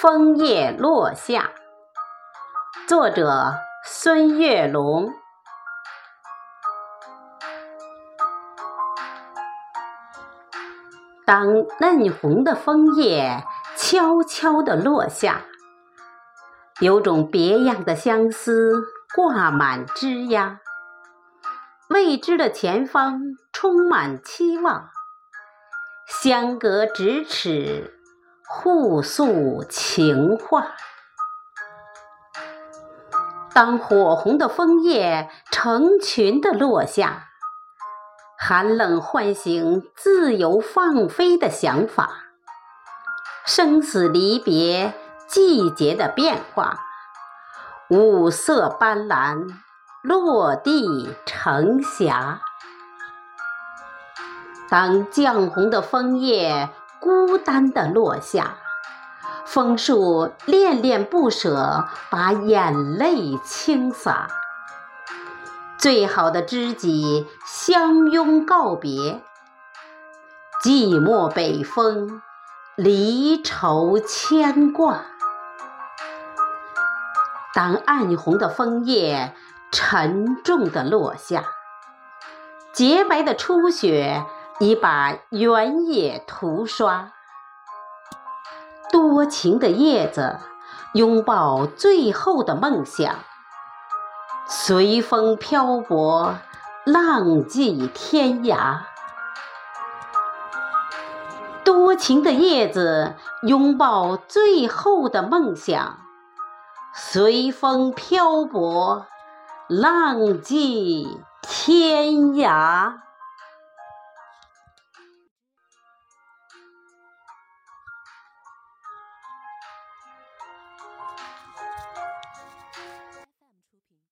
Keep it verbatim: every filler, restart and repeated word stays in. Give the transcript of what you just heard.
枫叶落下，作者孙月龙。当嫩红的枫叶悄悄地落下，有种别样的相思挂满枝桠，未知的前方充满期望，相隔咫尺，互诉情话。当火红的枫叶成群地落下，寒冷唤醒自由放飞的想法，生死离别，季节的变化，五色斑斓，落地成霞。当绛红的枫叶孤单地落下，枫树恋恋不舍，把眼泪倾洒。最好的知己相拥告别，寂寞北风，离愁牵挂。当暗红的枫叶沉重地落下，洁白的初雪已把原野涂刷。多情的叶子拥抱最后的梦想，随风漂泊，浪迹天涯。多情的叶子拥抱最后的梦想，随风漂泊，浪迹天涯。